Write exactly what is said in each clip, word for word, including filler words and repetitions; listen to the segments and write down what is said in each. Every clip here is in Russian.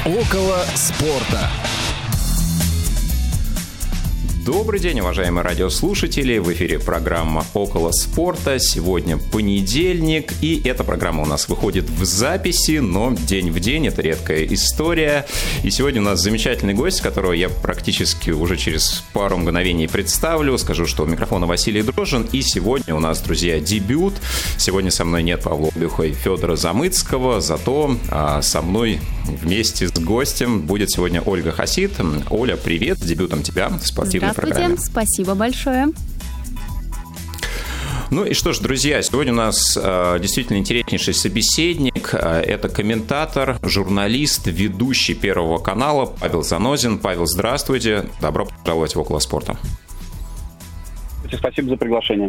Около спорта. Добрый день, уважаемые радиослушатели. В эфире программа «Около спорта». Сегодня понедельник, и эта программа у нас выходит в записи, но день в день. Это редкая история. И сегодня у нас замечательный гость, которого я практически уже через пару мгновений представлю. Скажу, что у микрофона Василий Дрожжин. И сегодня у нас, друзья, дебют. Сегодня со мной нет Павла Обиуха и Федора Замыцкого, зато а, со мной вместе с гостем будет сегодня Ольга Хасид. Оля, привет, с дебютом тебя в спортивной программе. Здравствуйте, спасибо большое. Ну и что ж, друзья, сегодня у нас э, действительно интереснейший собеседник. Э, это комментатор, журналист, ведущий Первого канала Павел Занозин. Павел, здравствуйте, добро пожаловать в «Около спорта». Спасибо за приглашение.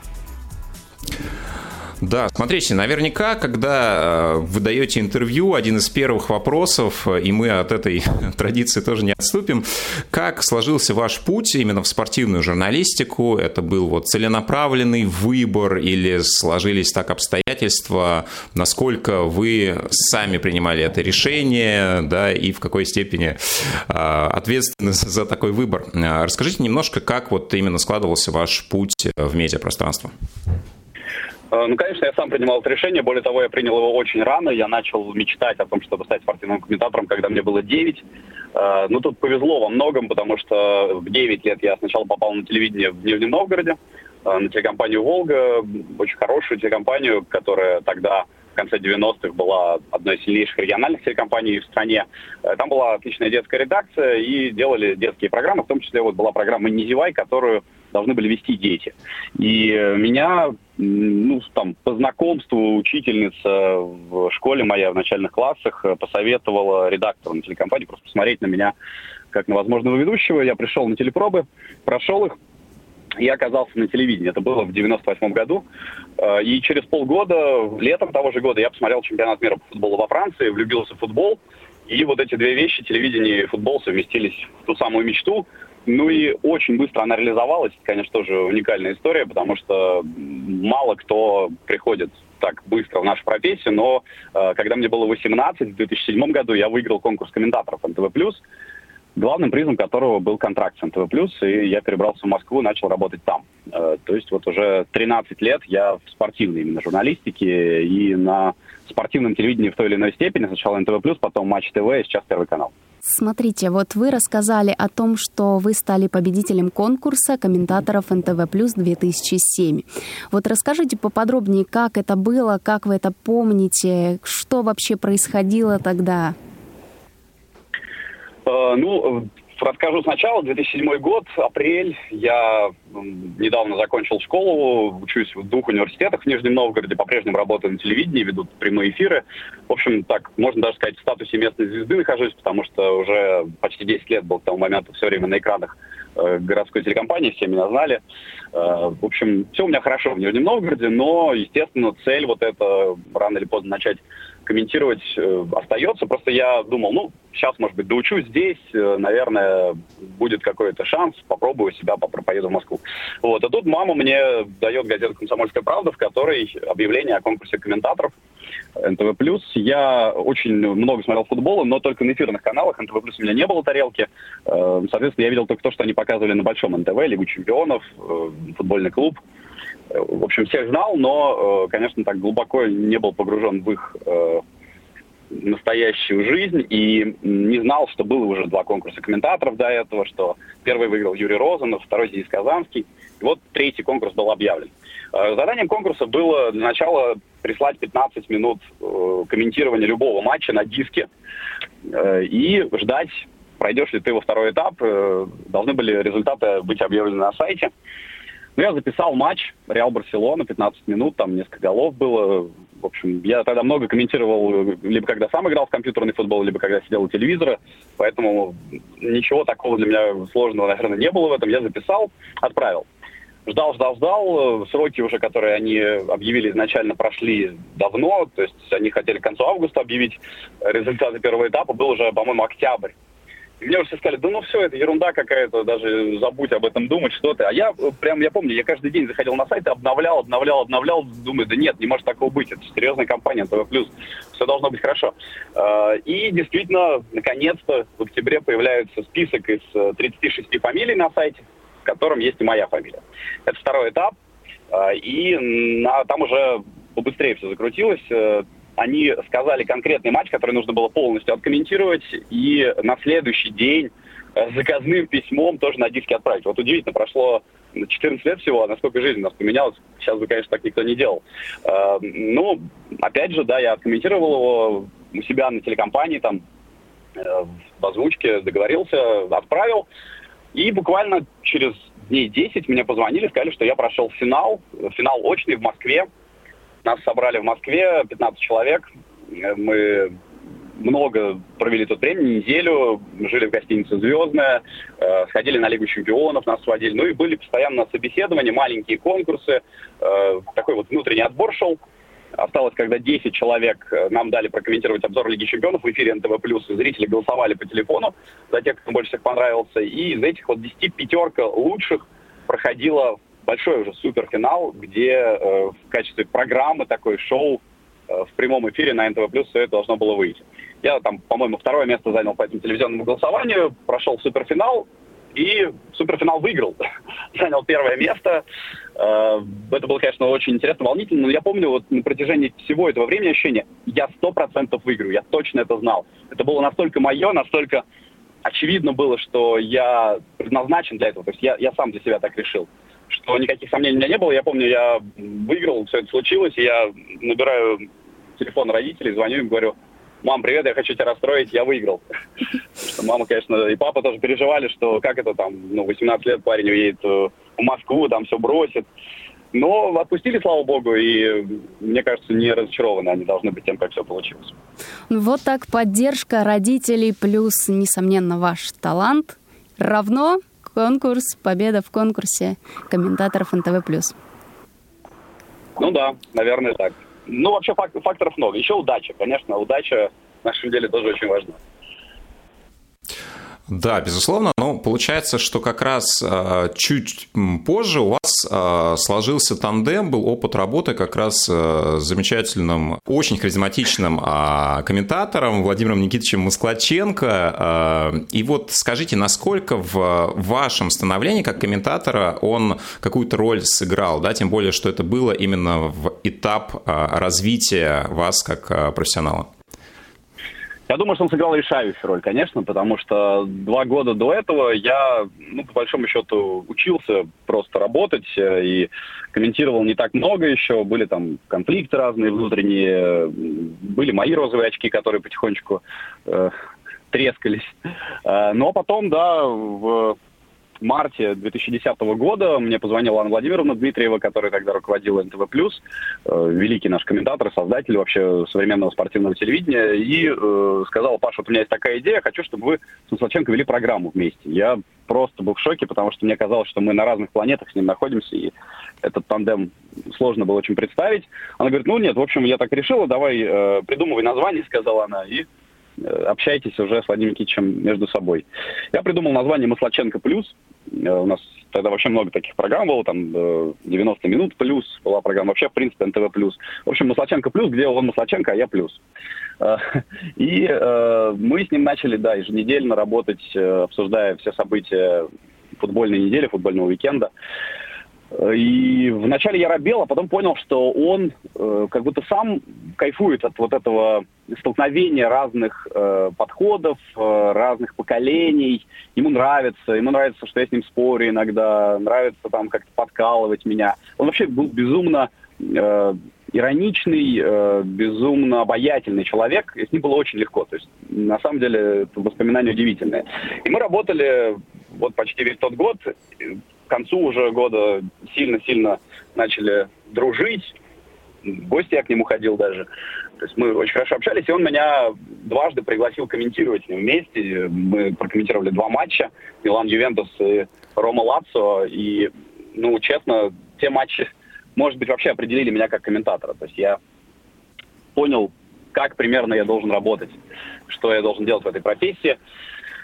Да, смотрите, наверняка, когда вы даете интервью, один из первых вопросов, и мы от этой традиции тоже не отступим, как сложился ваш путь именно в спортивную журналистику? Это был вот целенаправленный выбор или сложились так обстоятельства? Насколько вы сами принимали это решение, да, и в какой степени ответственны за такой выбор? Расскажите немножко, как вот именно складывался ваш путь в медиапространство. Ну, конечно, я сам принимал это решение. Более того, я принял его очень рано. Я начал мечтать о том, чтобы стать спортивным комментатором, когда мне было девять. Ну, тут повезло во многом, потому что в девять лет я сначала попал на телевидение в Нижнем Новгороде, на телекомпанию «Волга», очень хорошую телекомпанию, которая тогда, в конце девяностых, была одной из сильнейших региональных телекомпаний в стране. Там была отличная детская редакция, и делали детские программы, в том числе вот была программа «Не зевай», которую должны были вести дети. И меня, ну, там, по знакомству учительница в школе моя в начальных классах посоветовала редактору на телекомпании просто посмотреть на меня как на возможного ведущего. Я пришел на телепробы, прошел их и оказался на телевидении. Это было в девяносто восьмом году. И через полгода, летом того же года, я посмотрел чемпионат мира по футболу во Франции, влюбился в футбол. И вот эти две вещи, телевидение и футбол, совместились в ту самую мечту. Ну и очень быстро она реализовалась. Это, конечно, тоже уникальная история, потому что мало кто приходит так быстро в нашу профессию, но э, когда мне было восемнадцать, в две тысячи седьмом году я выиграл конкурс комментаторов эн тэ вэ плюс, главным призом которого был контракт с эн тэ вэ плюс, и я перебрался в Москву, начал работать там. Э, то есть вот уже тринадцать лет я в спортивной именно журналистике и на спортивном телевидении в той или иной степени. Сначала эн тэ вэ плюс, потом Матч ТВ, и сейчас Первый канал. Смотрите, вот вы рассказали о том, что вы стали победителем конкурса комментаторов эн тэ вэ плюс две тысячи семь. Вот расскажите поподробнее, как это было, как вы это помните, что вообще происходило тогда? Э, ну, расскажу сначала. две тысячи седьмой год, апрель. Я недавно закончил школу, учусь в двух университетах в Нижнем Новгороде, по-прежнему работаю на телевидении, ведут прямые эфиры. В общем, так, можно даже сказать, в статусе местной звезды нахожусь, потому что уже почти десять лет был к тому моменту все время на экранах э, городской телекомпании, все меня знали. Э, в общем, все у меня хорошо в Нижнем Новгороде, но, естественно, цель вот эта рано или поздно начать комментировать э, остается. Просто я думал, ну, сейчас, может быть, доучусь здесь, э, наверное, будет какой-то шанс, попробую себя, поеду в Москву. Вот. А тут мама мне дает газету «Комсомольская правда», в которой объявление о конкурсе комментаторов эн тэ вэ плюс. Я очень много смотрел футбола, но только на эфирных каналах. эн тэ вэ плюс у меня не было тарелки. Э, соответственно, я видел только то, что они показывали на большом эн тэ вэ, Лигу чемпионов, э, футбольный клуб. В общем, всех знал, но, конечно, так глубоко не был погружен в их э, настоящую жизнь и не знал, что было уже два конкурса комментаторов до этого, что первый выиграл Юрий Розанов, второй Денис Казанский. И вот третий конкурс был объявлен. Э, заданием конкурса было для начала прислать пятнадцать минут э, комментирования любого матча на диске э, и ждать, пройдешь ли ты во второй этап. Э, должны были результаты быть объявлены на сайте. Ну, я записал матч Реал-Барселона, пятнадцать минут, там несколько голов было. В общем, я тогда много комментировал, либо когда сам играл в компьютерный футбол, либо когда сидел у телевизора. Поэтому ничего такого для меня сложного, наверное, не было в этом. Я записал, отправил. Ждал, ждал, ждал. Сроки уже, которые они объявили изначально, прошли давно. То есть они хотели к концу августа объявить результаты первого этапа. Был уже, по-моему, октябрь. И мне уже все сказали, да ну все, это ерунда какая-то, даже забудь об этом думать, что ты. А я прям, я помню, я каждый день заходил на сайт и обновлял, обновлял, обновлял, думаю, да нет, не может такого быть, это серьезная компания, эн тэ вэ плюс, все должно быть хорошо. И действительно, наконец-то в октябре появляется список из тридцати шести фамилий на сайте, в котором есть и моя фамилия. Это второй этап, и на, там уже побыстрее все закрутилось. Они сказали конкретный матч, который нужно было полностью откомментировать, и на следующий день с заказным письмом тоже на диске отправить. Вот удивительно, прошло четырнадцать лет всего, а насколько жизнь у нас поменялась, сейчас бы, конечно, так никто не делал. Ну, опять же, да, я откомментировал его у себя на телекомпании, там, в озвучке, договорился, отправил, и буквально через дней десять мне позвонили, сказали, что я прошел финал, финал очный в Москве. Нас собрали в Москве, пятнадцать человек. Мы много провели тут времени, неделю, жили в гостинице «Звездная», э, сходили на Лигу чемпионов, нас сводили. Ну и были постоянно собеседования, маленькие конкурсы. Э, такой вот внутренний отбор шел. Осталось, когда десять человек нам дали прокомментировать обзор Лиги чемпионов в эфире эн тэ вэ плюс. Зрители голосовали по телефону за тех, кто больше всех понравился. И из этих вот десяти пятерка лучших проходила большой уже суперфинал, где э, в качестве программы такой шоу э, в прямом эфире на эн тэ вэ плюс все это должно было выйти. Я там, по-моему, второе место занял по этому телевизионному голосованию, прошел суперфинал и суперфинал выиграл. Занял первое место. Э, это было, конечно, очень интересно, волнительно, но я помню, вот на протяжении всего этого времени ощущение, я сто процентов выиграю, я точно это знал. Это было настолько мое, настолько очевидно было, что я предназначен для этого. То есть я, я сам для себя так решил, что никаких сомнений у меня не было. Я помню, я выиграл, все это случилось, и я набираю телефон родителей, звоню им, говорю: мам, привет, я хочу тебя расстроить, я выиграл. Что мама, конечно, и папа тоже переживали, что как это там, ну, восемнадцать лет парень уедет в Москву, там все бросит. Но отпустили, слава богу, и, мне кажется, не разочарованы они должны быть тем, как все получилось. Вот так поддержка родителей плюс, несомненно, ваш талант равно конкурс, победа в конкурсе комментаторов эн тэ вэ плюс. Ну да, наверное, так. Ну, вообще факторов много. Еще удача, конечно, удача в нашем деле тоже очень важна. Да, безусловно. Но получается, что как раз э, чуть позже у вас э, сложился тандем, был опыт работы как раз э, с замечательным, очень харизматичным э, комментатором Владимиром Никитичем Москладченко. Э, и вот скажите, насколько в вашем становлении как комментатора он какую-то роль сыграл, да, тем более, что это было именно в этап э, развития вас как э, профессионала? Я думаю, что он сыграл решающую роль, конечно, потому что два года до этого я, ну, по большому счету, учился просто работать и комментировал не так много еще. Были там конфликты разные внутренние, были мои розовые очки, которые потихонечку э, трескались. Э, но потом, да, в марте две тысячи десятого года мне позвонила Анна Владимировна Дмитриева, которая тогда руководила эн тэ вэ плюс, э, великий наш комментатор, создатель вообще современного спортивного телевидения, и э, сказала: Паша, вот у меня есть такая идея, хочу, чтобы вы с Москладченко вели программу вместе. Я просто был в шоке, потому что мне казалось, что мы на разных планетах с ним находимся, и этот тандем сложно было очень представить. Она говорит: ну нет, в общем, я так решила, давай э, придумывай название, сказала она, и общайтесь уже с Владимиром Никитичем между собой. Я придумал название «Москладченко плюс». У нас тогда вообще много таких программ было, там девяносто минут плюс была программа, вообще, в принципе, эн тэ вэ плюс. В общем, Москладченко плюс, где он Москладченко, а я плюс. И мы с ним начали, да, еженедельно работать, обсуждая все события футбольной недели, футбольного уикенда. И вначале я робел, а потом понял, что он э, как будто сам кайфует от вот этого столкновения разных э, подходов, э, разных поколений. Ему нравится, ему нравится, что я с ним спорю иногда, нравится там как-то подкалывать меня. Он вообще был безумно э, ироничный, э, безумно обаятельный человек, и с ним было очень легко. То есть, на самом деле, это воспоминание удивительное. И мы работали вот почти весь тот год. К концу уже года сильно-сильно начали дружить. В гости я к нему ходил даже. То есть мы очень хорошо общались, и он меня дважды пригласил комментировать с ним вместе. Мы прокомментировали два матча. Милан-Ювентус и Рома-Лацио. И, ну, честно, те матчи, может быть, вообще определили меня как комментатора. То есть я понял, как примерно я должен работать, что я должен делать в этой профессии.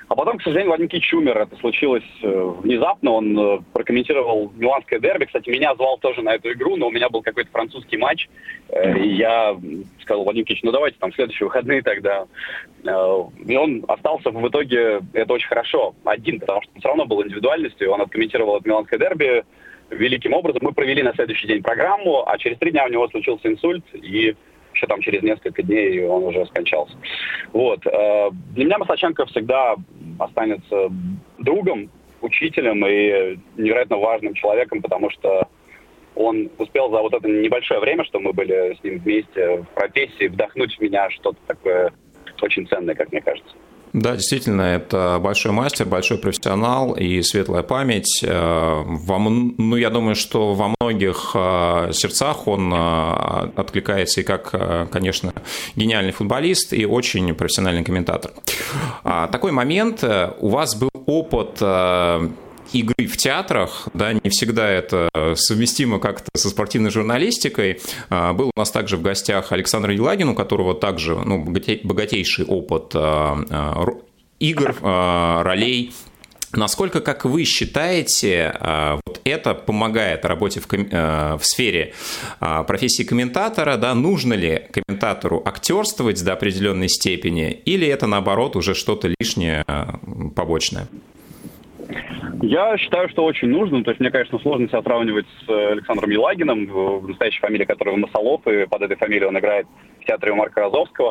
А потом, к сожалению, Вадим Никитич умер. Это случилось внезапно. Он прокомментировал миланское дерби. Кстати, меня звал тоже на эту игру, но у меня был какой-то французский матч. И я сказал: Вадим Никитич, ну давайте там в следующие выходные тогда. И он остался в итоге, это очень хорошо, один, потому что он все равно был индивидуальностью. Он откомментировал это миланское дерби великим образом. Мы провели на следующий день программу, а через три дня у него случился инсульт, и еще там через несколько дней он уже скончался. Вот. Для меня Маслаченко всегда останется другом, учителем и невероятно важным человеком, потому что он успел за вот это небольшое время, что мы были с ним вместе в профессии, вдохнуть в меня что-то такое очень ценное, как мне кажется. Да, действительно, это большой мастер, большой профессионал и светлая память. Во, ну, я думаю, что во многих сердцах он откликается и как, конечно, гениальный футболист, и очень профессиональный комментатор. Такой момент. У вас был опыт игры в театрах, да, не всегда это совместимо как-то со спортивной журналистикой. Был у нас также в гостях Александр Елагин, у которого также, ну, богатейший опыт игр, ролей. Насколько, как вы считаете, вот это помогает работе в, ком... в сфере профессии комментатора, да, нужно ли комментатору актерствовать до определенной степени, или это, наоборот, уже что-то лишнее, побочное? Я считаю, что очень нужно. То есть мне, конечно, сложно себя сравнивать с Александром Елагиным, настоящей фамилия которого Масолов, и под этой фамилией он играет в театре у Марка Розовского.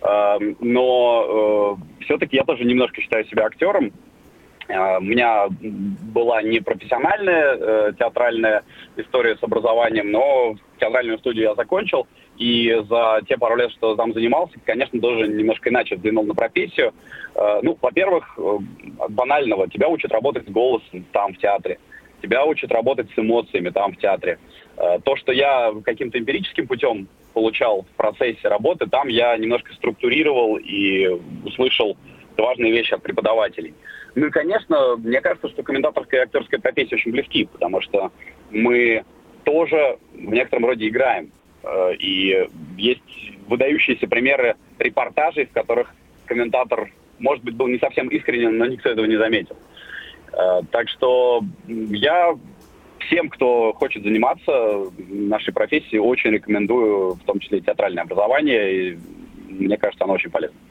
Но все-таки я тоже немножко считаю себя актером. У меня была не профессиональная театральная история с образованием, но театральную студию я закончил. И за те пару лет, что там занимался, конечно, тоже немножко иначе взглянул на профессию. Ну, во-первых, банального. Тебя учат работать с голосом там, в театре. Тебя учат работать с эмоциями там, в театре. То, что я каким-то эмпирическим путем получал в процессе работы, там я немножко структурировал и услышал важные вещи от преподавателей. Ну и, конечно, мне кажется, что комментаторская и актерская профессия очень близки, потому что мы тоже в некотором роде играем. И есть выдающиеся примеры репортажей, в которых комментатор, может быть, был не совсем искренен, но никто этого не заметил. Так что я всем, кто хочет заниматься нашей профессией, очень рекомендую, в том числе и театральное образование, и мне кажется, оно очень полезно.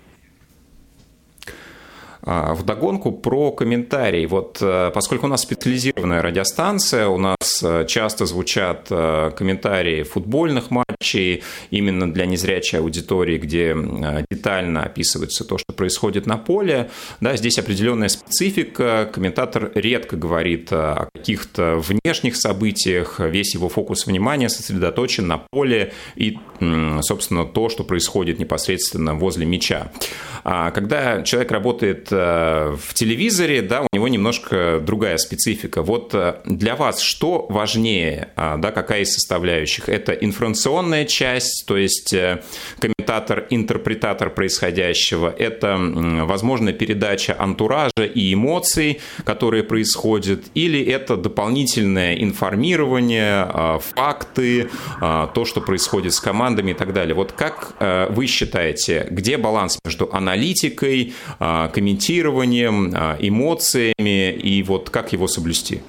Вдогонку про комментарий. Вот поскольку у нас специализированная радиостанция, у нас часто звучат комментарии футбольных матчей именно для незрячей аудитории, где детально описывается то, что происходит на поле. Да, здесь определенная специфика. Комментатор редко говорит о каких-то внешних событиях. Весь его фокус внимания сосредоточен на поле и, собственно, то, что происходит непосредственно возле мяча. Когда человек работает в телевизоре, да, у него немножко другая специфика. Вот для вас что важнее, да, какая из составляющих? Это информационная часть, то есть комментатор, интерпретатор происходящего, это возможная передача антуража и эмоций, которые происходят, или это дополнительное информирование, факты, то, что происходит с командами и так далее. Вот как вы считаете, где баланс между аналитикой, комментированием, эмоциями, и вот как его соблюсти?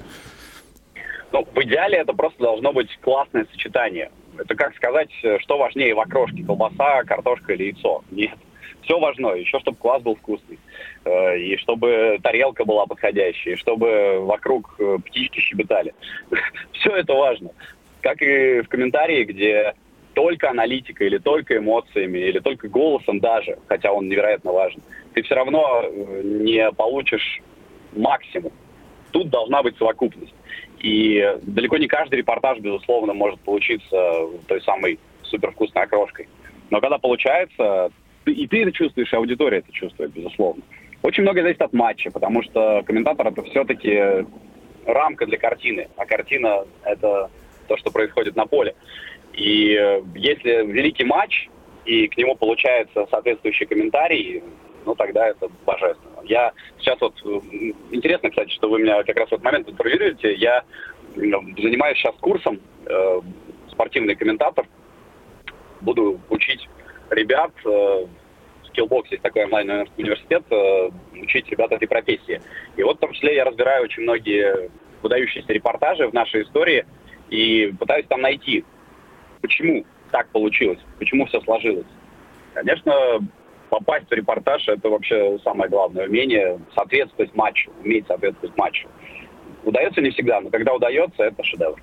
Ну, в идеале это просто должно быть классное сочетание. Это как сказать, что важнее в окрошке, колбаса, картошка или яйцо? Нет. Все важно. Еще чтобы квас был вкусный, и чтобы тарелка была подходящей, и чтобы вокруг птички щебетали. Все это важно. Как и в комментарии, где только аналитика или только эмоциями, или только голосом даже, хотя он невероятно важен, ты все равно не получишь максимум. Тут должна быть совокупность. И далеко не каждый репортаж, безусловно, может получиться той самой супервкусной окрошкой. Но когда получается, и ты это чувствуешь, и аудитория это чувствует, безусловно. Очень многое зависит от матча, потому что комментатор — это все-таки рамка для картины, а картина — это то, что происходит на поле. И если великий матч, и к нему получается соответствующий комментарий, ну, тогда это божественно. Я сейчас вот... Интересно, кстати, что вы меня как раз в этот момент интервьюируете. Я занимаюсь сейчас курсом э, «Спортивный комментатор». Буду учить ребят э, скиллбоксу Skillbox есть такой онлайн-университет, учить ребят этой профессии. И вот в том числе я разбираю очень многие выдающиеся репортажи в нашей истории и пытаюсь там найти, почему так получилось, почему все сложилось. Конечно, попасть в репортаж – это вообще самое главное умение, соответствовать матчу, уметь соответствовать матчу. Удается не всегда, но когда удается, это шедевр.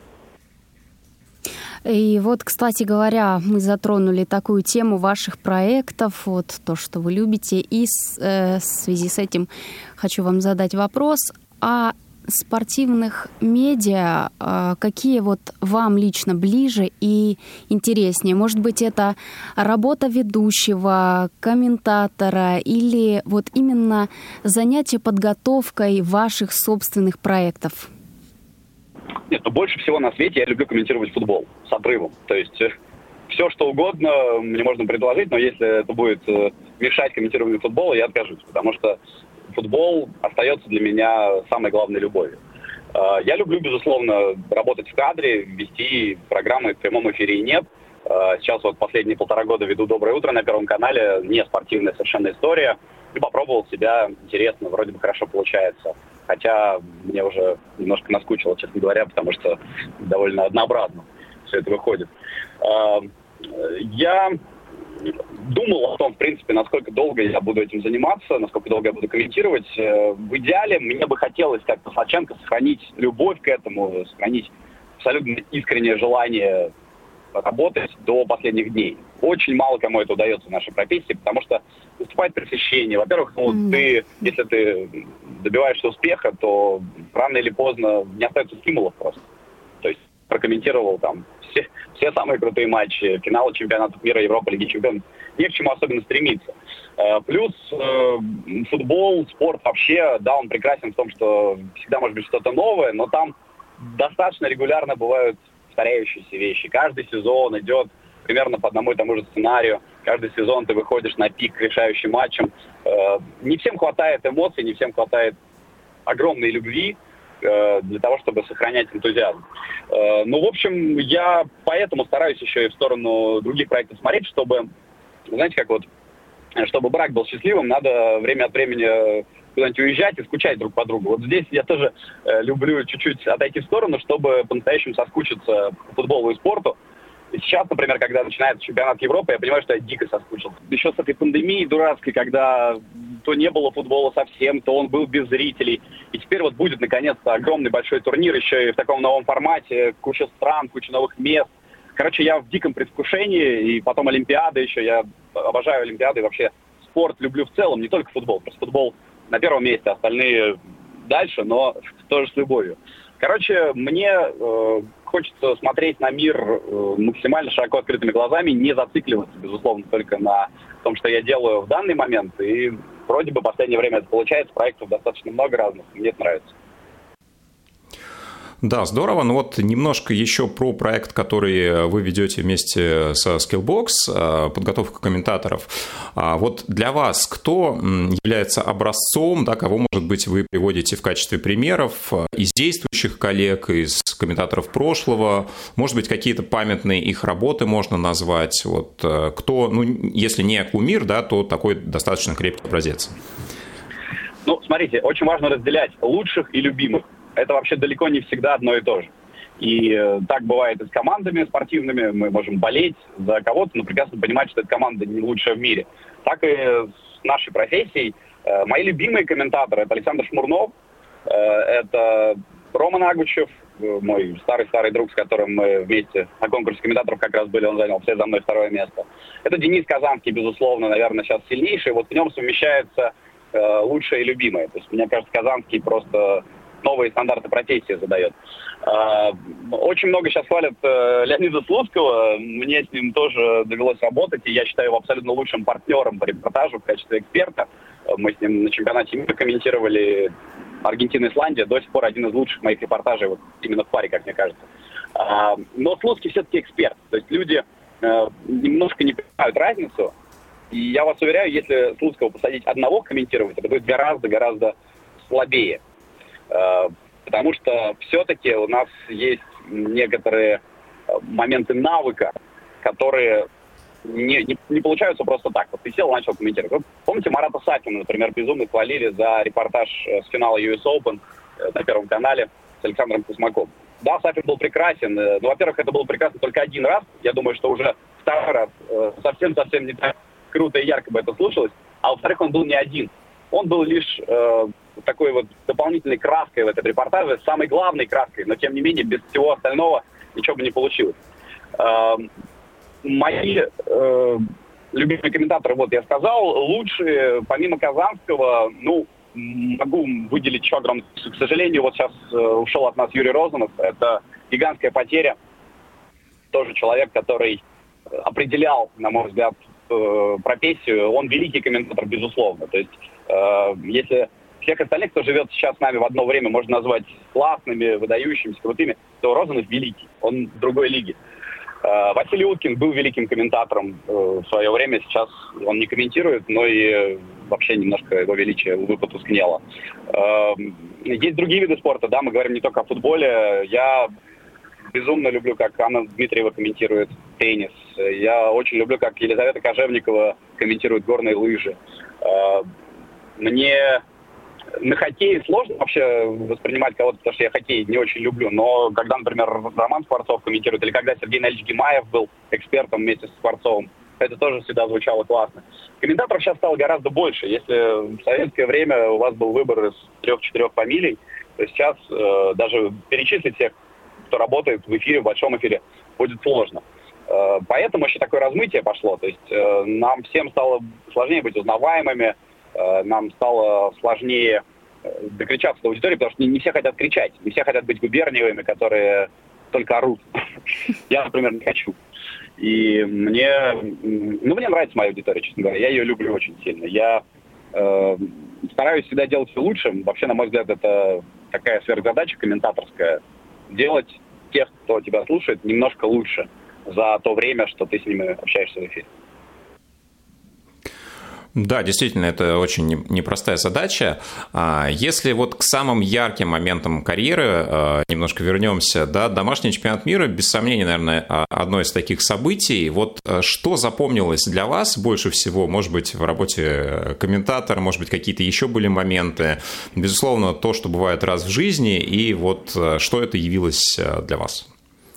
И вот, кстати говоря, мы затронули такую тему ваших проектов, вот то, что вы любите, и с, э, в связи с этим хочу вам задать вопрос о спортивных медиа, э, какие вот вам лично ближе и интереснее? Может быть, это работа ведущего, комментатора или вот именно занятие подготовкой ваших собственных проектов? Нет, но больше всего на свете я люблю комментировать футбол с отрывом. То есть э, все, что угодно мне можно предложить, но если это будет э, мешать комментированию футбола, я откажусь, потому что футбол остается для меня самой главной любовью. Э, я люблю, безусловно, работать в кадре, вести программы в прямом эфире и нет. Э, сейчас вот последние полтора года веду «Доброе утро» на Первом канале, не спортивная совершенно история, и попробовал себя интересно, вроде бы хорошо получается. Хотя мне уже немножко наскучило, честно говоря, потому что довольно однообразно все это выходит. Я думал о том, в принципе, насколько долго я буду этим заниматься, насколько долго я буду комментировать. В идеале мне бы хотелось, как Слаченко, сохранить любовь к этому, сохранить абсолютно искреннее желание работать до последних дней. Очень мало кому это удается в нашей профессии, потому что наступает пресыщение. Во-первых, ну, mm-hmm. ты, если ты добиваешься успеха, то рано или поздно не остается стимулов просто. То есть прокомментировал там все, все самые крутые матчи, финалы чемпионатов мира, Европы, Лиги чемпионов. Не к чему особенно стремиться. Плюс футбол, спорт вообще, да, он прекрасен в том, что всегда может быть что-то новое, но там достаточно регулярно бывают повторяющиеся вещи. Каждый сезон идет примерно по одному и тому же сценарию. Каждый сезон ты выходишь на пик к решающим матчам. Не всем хватает эмоций, не всем хватает огромной любви для того, чтобы сохранять энтузиазм. Ну, в общем, я поэтому стараюсь еще и в сторону других проектов смотреть, чтобы, знаете, как вот, чтобы брак был счастливым, надо время от времени куда-нибудь уезжать и скучать друг по другу. Вот здесь я тоже э, люблю чуть-чуть отойти в сторону, чтобы по-настоящему соскучиться по футболу и спорту. И сейчас, например, когда начинается чемпионат Европы, я понимаю, что я дико соскучился. Еще с этой пандемией дурацкой, когда то не было футбола совсем, то он был без зрителей. И теперь вот будет, наконец-то, огромный большой турнир, еще и в таком новом формате, куча стран, куча новых мест. Короче, я в диком предвкушении, и потом Олимпиада еще. Я обожаю Олимпиады, и вообще спорт люблю в целом, не только футбол. Просто футбол на первом месте, остальные дальше, но тоже с любовью. Короче, мне э, хочется смотреть на мир э, максимально широко открытыми глазами, не зацикливаться, безусловно, только на том, что я делаю в данный момент. И вроде бы в последнее время это получается, проектов достаточно много разных, мне это нравится. Да, здорово. Ну вот немножко еще про проект, который вы ведете вместе со Skillbox, подготовка комментаторов. Вот для вас кто является образцом, да, кого, может быть, вы приводите в качестве примеров из действующих коллег, из комментаторов прошлого? Может быть, какие-то памятные их работы можно назвать? Вот кто, ну, если не кумир, да, то такой достаточно крепкий образец. Ну, смотрите, очень важно разделять лучших и любимых. Это вообще далеко не всегда одно и то же. И э, так бывает и с командами спортивными. Мы можем болеть за кого-то, но прекрасно понимать, что эта команда не лучшая в мире. Так и с нашей профессией. Э, мои любимые комментаторы – это Александр Шмурнов, э, это Роман Агучев, э, мой старый-старый друг, с которым мы вместе на конкурсе комментаторов как раз были, он занял вслед за мной второе место. Это Денис Казанский, безусловно, наверное, сейчас сильнейший. Вот в нем совмещается э, лучшее и любимое. То есть, мне кажется, Казанский просто новые стандарты профессии задает. Очень много сейчас хвалят Леонида Слуцкого. Мне с ним тоже довелось работать, и я считаю его абсолютно лучшим партнером по репортажу в качестве эксперта. Мы с ним на чемпионате мира комментировали Аргентина, Исландия. До сих пор один из лучших моих репортажей вот именно в паре, как мне кажется. Но Слуцкий все-таки эксперт. То есть люди немножко не понимают разницу. И я вас уверяю, если Слуцкого посадить одного комментировать, это будет гораздо-гораздо слабее. Потому что все-таки у нас есть некоторые моменты навыка, которые не, не, не получаются просто так. Вот ты сел и начал комментировать. Вот помните, Марата Сафина, например, безумно хвалили за репортаж с финала ю эс Open на Первом канале с Александром Кузмаком. Да, Сафин был прекрасен. Но, во-первых, это было прекрасно только один раз. Я думаю, что уже второй раз совсем-совсем не так круто и ярко бы это слушалось. А во-вторых, он был не один. Он был лишь э, такой вот дополнительной краской в этом репортаже, самой главной краской, но тем не менее без всего остального ничего бы не получилось. Э, мои э, любимые комментаторы, вот я сказал, лучшие, помимо Казанского, ну, могу выделить еще огромное. К сожалению, вот сейчас э, ушел от нас Юрий Розанов. Это гигантская потеря. Тоже человек, который определял, на мой взгляд, э, профессию. Он великий комментатор, безусловно. То есть, э, если всех остальных, кто живет сейчас с нами в одно время, можно назвать классными, выдающимися, крутыми, то Розанов великий. Он в другой лиге. Э, Василий Уткин был великим комментатором э, в свое время. Сейчас он не комментирует, но и вообще немножко его величие, увы, потускнело. Э, есть другие виды спорта, да, мы говорим не только о футболе. Я безумно люблю, как Анна Дмитриева комментирует теннис. Я очень люблю, как Елизавета Кожевникова комментирует горные лыжи. Мне на хоккее сложно вообще воспринимать кого-то, потому что я хоккей не очень люблю. Но когда, например, Роман Скворцов комментирует, или когда Сергей Ильич Гимаев был экспертом вместе с Скворцовым, это тоже всегда звучало классно. Комментаторов сейчас стало гораздо больше. Если в советское время у вас был выбор из трех-четырех фамилий, то сейчас э, даже перечислить всех, кто работает в эфире, в большом эфире, будет сложно. Э, поэтому еще такое размытие пошло. То есть э, нам всем стало сложнее быть узнаваемыми, э, нам стало сложнее э, докричаться до аудитории, потому что не, не все хотят кричать, не все хотят быть губерниевыми, которые только орут. Я, например, не хочу. И мне, ну, мне нравится моя аудитория, честно говоря. Я ее люблю очень сильно. Я э, стараюсь всегда делать все лучше. Вообще, на мой взгляд, это такая сверхзадача комментаторская. Делать тех, кто тебя слушает, немножко лучше за то время, что ты с ними общаешься в эфире. Да, действительно, это очень непростая задача. Если вот к самым ярким моментам карьеры немножко вернемся, да, домашний чемпионат мира, без сомнения, наверное, одно из таких событий. Вот что запомнилось для вас больше всего, может быть, в работе комментатора, может быть, какие-то еще были моменты? Безусловно, то, что бывает раз в жизни, и вот что это явилось для вас?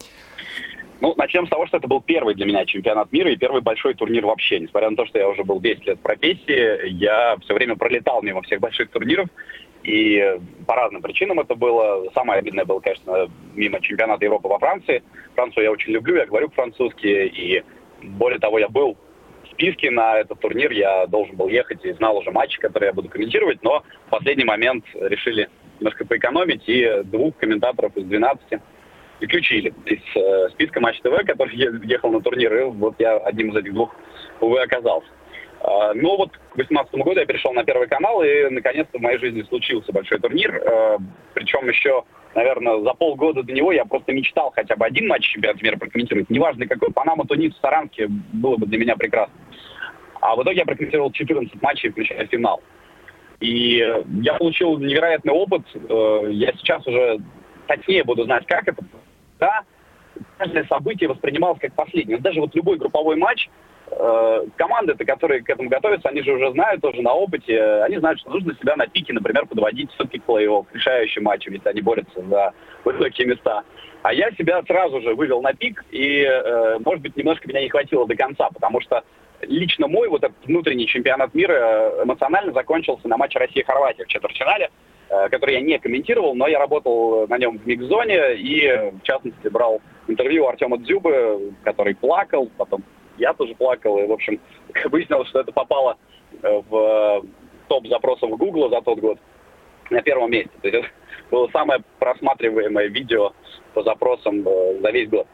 Ну, начнем с того, что это был первый для меня чемпионат мира и первый большой турнир вообще. Несмотря на то, что я уже был десять лет в профессии, я все время пролетал мимо всех больших турниров. И по разным причинам это было. Самое обидное было, конечно, мимо чемпионата Европы во Франции. Францию я очень люблю, я говорю по-французски. И более того, я был в списке на этот турнир. Я должен был ехать и знал уже матчи, которые я буду комментировать. Но в последний момент решили немножко поэкономить. И двух комментаторов из двенадцати исключили из э, списка Матч ТВ, который ехал на турнир, и вот я одним из этих двух, увы, оказался. Э, но вот к две тысячи восемнадцатому году я перешел на Первый канал, и наконец-то в моей жизни случился большой турнир. Э, причем еще, наверное, за полгода до него я просто мечтал хотя бы один матч чемпионата мира прокомментировать. Неважно какой, Панама, Тунис, Саранске, было бы для меня прекрасно. А в итоге я прокомментировал четырнадцать матчей, включая финал. И я получил невероятный опыт. Э, я сейчас уже точнее буду знать, как это. Да, каждое событие воспринималось как последнее. Даже вот любой групповой матч, э, команды-то, которые к этому готовятся, они же уже знают, тоже на опыте, они знают, что нужно себя на пике, например, подводить все-таки к плей-офф, к решающим матчам, если они борются за высокие места. А я себя сразу же вывел на пик, и, э, может быть, немножко меня не хватило до конца, потому что лично мой вот этот внутренний чемпионат мира эмоционально закончился на матче Россия-Хорватия в четвертьфинале, который я не комментировал, но я работал на нем в микс-зоне и, в частности, брал интервью у Артема Дзюбы, который плакал, потом я тоже плакал, и, в общем, выяснилось, что это попало в топ запросов Гугла за тот год на первом месте. То есть это было самое просматриваемое видео по запросам за весь год.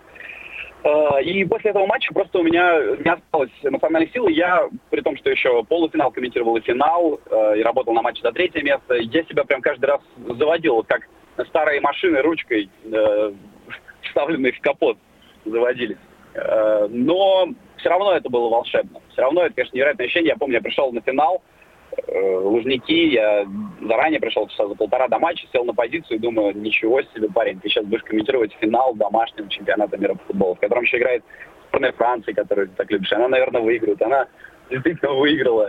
И после этого матча просто у меня не осталось эмоциональной силы. Я, при том, что еще полуфинал комментировал и финал, и работал на матче за третье место, я себя прям каждый раз заводил, вот как старые машины ручкой, вставленные в капот, заводились. Но все равно это было волшебно. Все равно это, конечно, невероятное ощущение. Я помню, я пришел на финал, Лужники, я заранее пришел часа за полтора до матча, сел на позицию и думаю, ничего себе, парень, ты сейчас будешь комментировать финал домашнего чемпионата мира по футболу, в котором еще играет сборная Франции, которую ты так любишь, она, наверное, выиграет. Она действительно выиграла.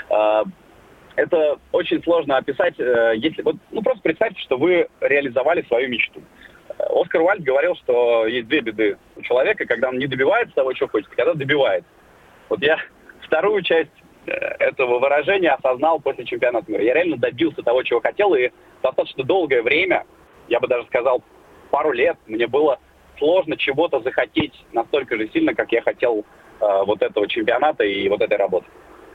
Это очень сложно описать, если... Вот, ну, просто представьте, что вы реализовали свою мечту. Оскар Уайльд говорил, что есть две беды у человека, когда он не добивается того, чего хочет, когда добивается. Вот я вторую часть этого выражения осознал после чемпионата мира. Я реально добился того, чего хотел, и достаточно долгое время, я бы даже сказал, пару лет, мне было сложно чего-то захотеть настолько же сильно, как я хотел э, вот этого чемпионата и вот этой работы.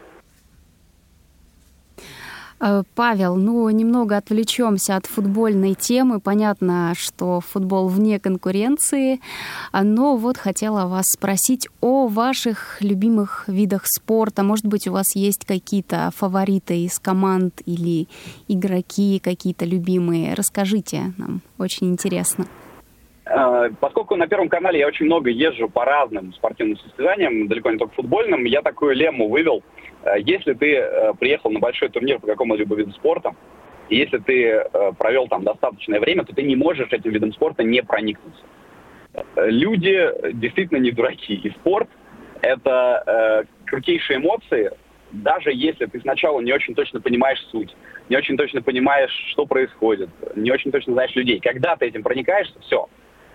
Павел, ну, немного отвлечемся от футбольной темы. Понятно, что футбол вне конкуренции, но вот хотела вас спросить о ваших любимых видах спорта. Может быть, у вас есть какие-то фавориты из команд или игроки какие-то любимые? Расскажите нам, очень интересно. Поскольку на Первом канале я очень много езжу по разным спортивным состязаниям, далеко не только футбольным, я такую лемму вывел. Если ты приехал на большой турнир по какому-либо виду спорта, и если ты провел там достаточное время, то ты не можешь этим видом спорта не проникнуться. Люди действительно не дураки. И спорт – это э, крутейшие эмоции, даже если ты сначала не очень точно понимаешь суть, не очень точно понимаешь, что происходит, не очень точно знаешь людей. Когда ты этим проникаешься, все,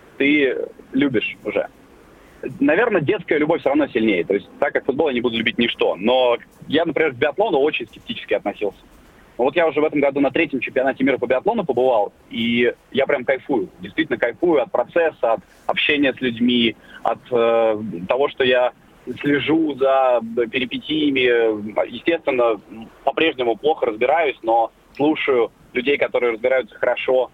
ты любишь уже. Наверное, детская любовь все равно сильнее. То есть так как футбол я не буду любить ничто. Но я, например, к биатлону очень скептически относился. Вот я уже в этом году на третьем чемпионате мира по биатлону побывал, и я прям кайфую. Действительно кайфую от процесса, от общения с людьми, от э, того, что я слежу за перипетиями. Естественно, по-прежнему плохо разбираюсь, но слушаю людей, которые разбираются хорошо.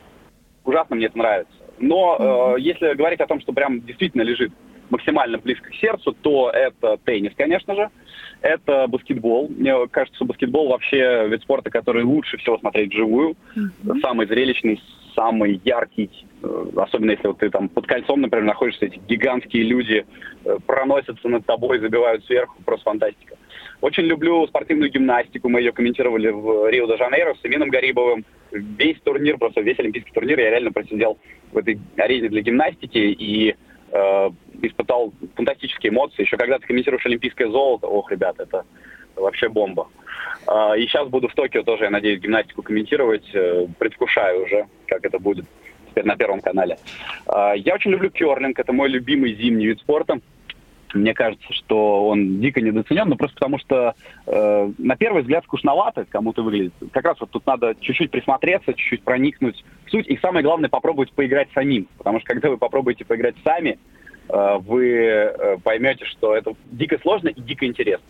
Ужасно мне это нравится. Но э, если говорить о том, что прям действительно лежит максимально близко к сердцу, то это теннис, конечно же. Это баскетбол. Мне кажется, что баскетбол вообще вид спорта, который лучше всего смотреть вживую. Mm-hmm. Самый зрелищный, самый яркий. Особенно если вот ты там под кольцом, например, находишься, эти гигантские люди проносятся над тобой, забивают сверху. Просто фантастика. Очень люблю спортивную гимнастику. Мы ее комментировали в Рио-де-Жанейро с Эмином Гарибовым. Весь турнир, просто весь олимпийский турнир я реально просидел в этой арене для гимнастики и э, испытал фантастические эмоции. Еще когда ты комментируешь олимпийское золото, ох, ребят, это вообще бомба. Э, и сейчас буду в Токио тоже, я надеюсь, гимнастику комментировать. Э, предвкушаю уже, как это будет теперь на Первом канале. Э, я очень люблю керлинг. Это мой любимый зимний вид спорта. Мне кажется, что он дико недооценен, но просто потому что э, на первый взгляд скучновато кому-то выглядит. Как раз вот тут надо чуть-чуть присмотреться, чуть-чуть проникнуть в суть. И самое главное, попробовать поиграть самим. Потому что когда вы попробуете поиграть сами, э, вы э, поймете, что это дико сложно и дико интересно.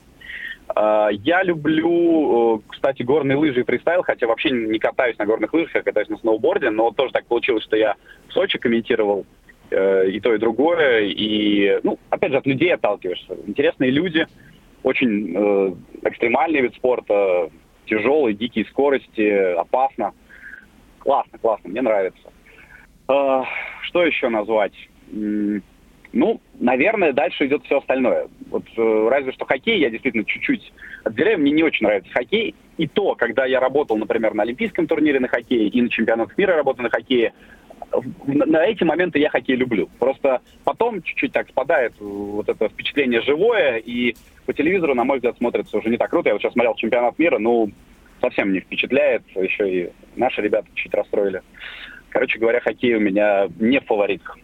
Э, я люблю, э, кстати, горные лыжи и фристайл, хотя вообще не катаюсь на горных лыжах, я катаюсь на сноуборде, но тоже так получилось, что я в Сочи комментировал и то, и другое, и, ну, опять же, от людей отталкиваешься. Интересные люди, очень э, экстремальный вид спорта, тяжелый, дикие скорости, опасно. Классно, классно, мне нравится. Э, что еще назвать? М- ну, наверное, дальше идет все остальное. Вот э, разве что хоккей я действительно чуть-чуть отделяю, мне не очень нравится хоккей. И то, когда я работал, например, на олимпийском турнире на хоккее и на чемпионатах мира работал на хоккее, на эти моменты я хоккей люблю. Просто потом чуть-чуть так спадает вот это впечатление живое, и по телевизору, на мой взгляд, смотрится уже не так круто. Я вот сейчас смотрел чемпионат мира, ну, совсем не впечатляет. Еще и наши ребята чуть расстроили. Короче говоря, хоккей у меня не в фаворитах.